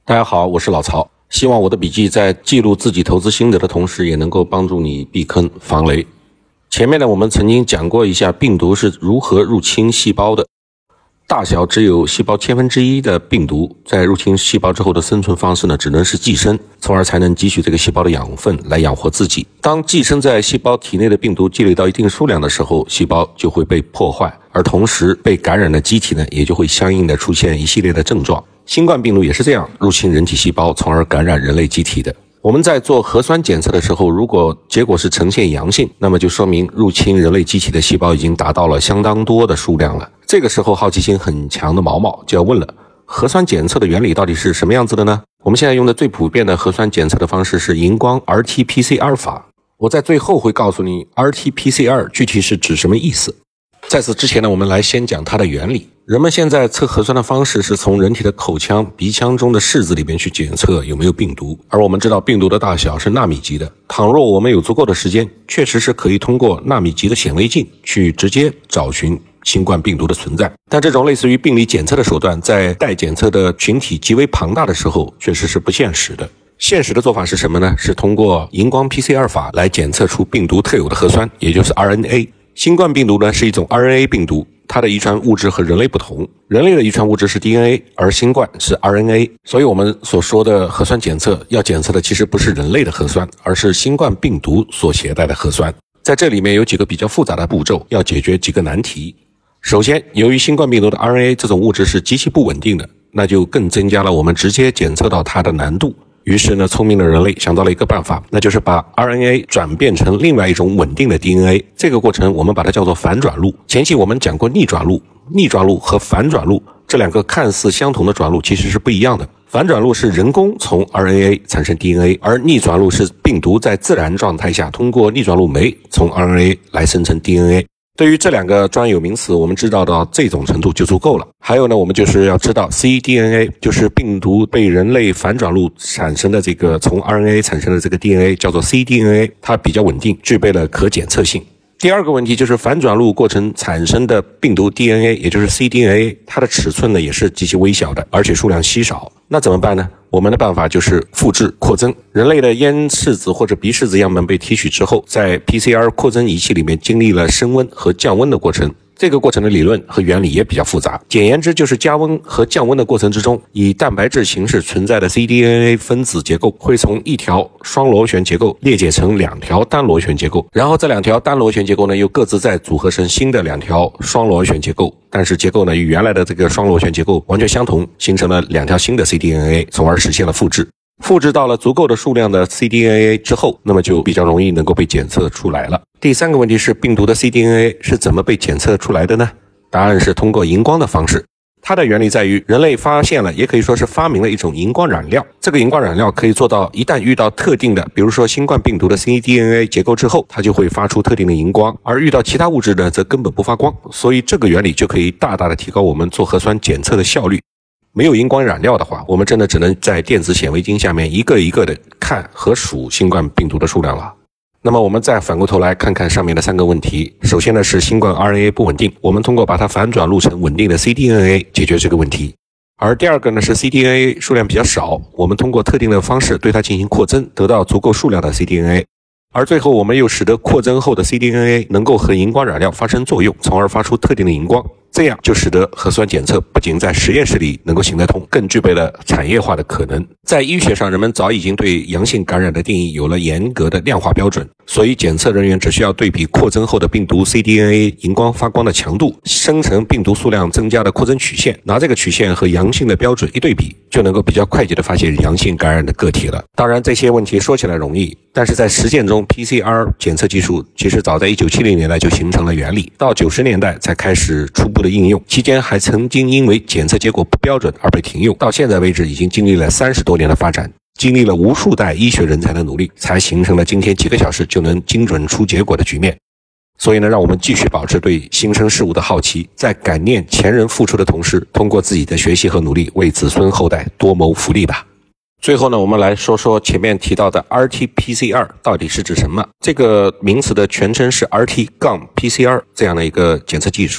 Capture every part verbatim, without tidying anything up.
大家好，我是老曹，希望我的笔记在记录自己投资心得的同时，也能够帮助你避坑防雷。前面呢，我们曾经讲过一下病毒是如何入侵细胞的。大小只有细胞千分之一的病毒，在入侵细胞之后的生存方式呢，只能是寄生，从而才能汲取这个细胞的养分来养活自己。当寄生在细胞体内的病毒积累到一定数量的时候，细胞就会被破坏，而同时被感染的机体呢，也就会相应的出现一系列的症状。新冠病毒也是这样入侵人体细胞，从而感染人类机体的。我们在做核酸检测的时候，如果结果是呈现阳性，那么就说明入侵人类机体的细胞已经达到了相当多的数量了。这个时候好奇心很强的毛毛就要问了，核酸检测的原理到底是什么样子的呢？我们现在用的最普遍的核酸检测的方式是荧光 R T P C R 法。我在最后会告诉你 R T P C R 具体是指什么意思。在此之前呢，我们来先讲它的原理。人们现在测核酸的方式是从人体的口腔、鼻腔中的拭子里面去检测有没有病毒，而我们知道病毒的大小是纳米级的。倘若我们有足够的时间，确实是可以通过纳米级的显微镜去直接找寻新冠病毒的存在。但这种类似于病理检测的手段，在待检测的群体极为庞大的时候，确实是不现实的。现实的做法是什么呢？是通过荧光 P C R 法来检测出病毒特有的核酸，也就是 R N A。新冠病毒呢是一种 R N A 病毒，它的遗传物质和人类不同，人类的遗传物质是 D N A， 而新冠是 R N A， 所以我们所说的核酸检测要检测的其实不是人类的核酸，而是新冠病毒所携带的核酸。在这里面有几个比较复杂的步骤，要解决几个难题。首先，由于新冠病毒的 R N A 这种物质是极其不稳定的，那就更增加了我们直接检测到它的难度。于是呢，聪明的人类想到了一个办法，那就是把 R N A 转变成另外一种稳定的 D N A。 这个过程我们把它叫做反转录。前期我们讲过逆转录，逆转录和反转录这两个看似相同的转录其实是不一样的。反转录是人工从 R N A 产生 D N A， 而逆转录是病毒在自然状态下通过逆转录酶从 R N A 来生成 D N A。对于这两个专有名词，我们知道到这种程度就足够了。还有呢，我们就是要知道 c D N A， 就是病毒被人类反转录产生的这个从 R N A 产生的这个 D N A 叫做 c D N A， 它比较稳定，具备了可检测性。第二个问题就是反转录过程产生的病毒 D N A， 也就是 c D N A， 它的尺寸呢也是极其微小的，而且数量稀少。那怎么办呢？我们的办法就是复制扩增。人类的咽拭子或者鼻拭子样本被提取之后，在 P C R 扩增仪器里面经历了升温和降温的过程。这个过程的理论和原理也比较复杂，简言之就是加温和降温的过程之中，以蛋白质形式存在的 c D N A 分子结构会从一条双螺旋结构裂解成两条单螺旋结构，然后这两条单螺旋结构呢又各自再组合成新的两条双螺旋结构，但是结构呢与原来的这个双螺旋结构完全相同，形成了两条新的 c D N A， 从而实现了复制。复制到了足够的数量的 c D N A 之后，那么就比较容易能够被检测出来了。第三个问题是，病毒的 c D N A 是怎么被检测出来的呢？答案是通过荧光的方式。它的原理在于，人类发现了，也可以说是发明了一种荧光染料。这个荧光染料可以做到，一旦遇到特定的，比如说新冠病毒的 c D N A 结构之后，它就会发出特定的荧光，而遇到其他物质呢，则根本不发光。所以这个原理就可以大大的提高我们做核酸检测的效率。没有荧光染料的话，我们真的只能在电子显微镜下面一个一个的看和数新冠病毒的数量了。那么我们再反过头来看看上面的三个问题。首先呢是新冠 R N A 不稳定，我们通过把它反转录成稳定的 c D N A 解决这个问题。而第二个呢是 c D N A 数量比较少，我们通过特定的方式对它进行扩增，得到足够数量的 c D N A。而最后我们又使得扩增后的 c D N A 能够和荧光染料发生作用，从而发出特定的荧光。这样就使得核酸检测不仅在实验室里能够行得通，更具备了产业化的可能。在医学上，人们早已经对阳性感染的定义有了严格的量化标准，所以检测人员只需要对比扩增后的病毒 c D N A 荧光发光的强度，生成病毒数量增加的扩增曲线，拿这个曲线和阳性的标准一对比，就能够比较快捷地发现阳性感染的个体了。当然这些问题说起来容易，但是在实践中 P C R 检测技术其实早在一九七零年代就形成了原理，到九十年代才开始初步的应用，期间还曾经因为检测结果不标准而被停用。到现在为止已经经历了三十多年的发展，经历了无数代医学人才的努力，才形成了今天几个小时就能精准出结果的局面。所以呢，让我们继续保持对新生事物的好奇，在感念前人付出的同时，通过自己的学习和努力，为子孙后代多谋福利吧。最后呢，我们来说说前面提到的 R T P C R 到底是指什么。这个名词的全称是 R T P C R 这样的一个检测技术。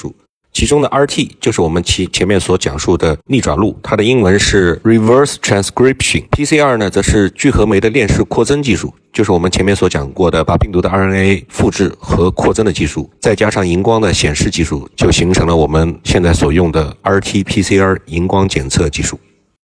其中的 R T 就是我们其前面所讲述的逆转录，它的英文是 Reverse Transcription。 P C R 呢，则是聚合酶的链式扩增技术，就是我们前面所讲过的把病毒的 R N A 复制和扩增的技术，再加上荧光的显示技术，就形成了我们现在所用的 R T P C R 荧光检测技术。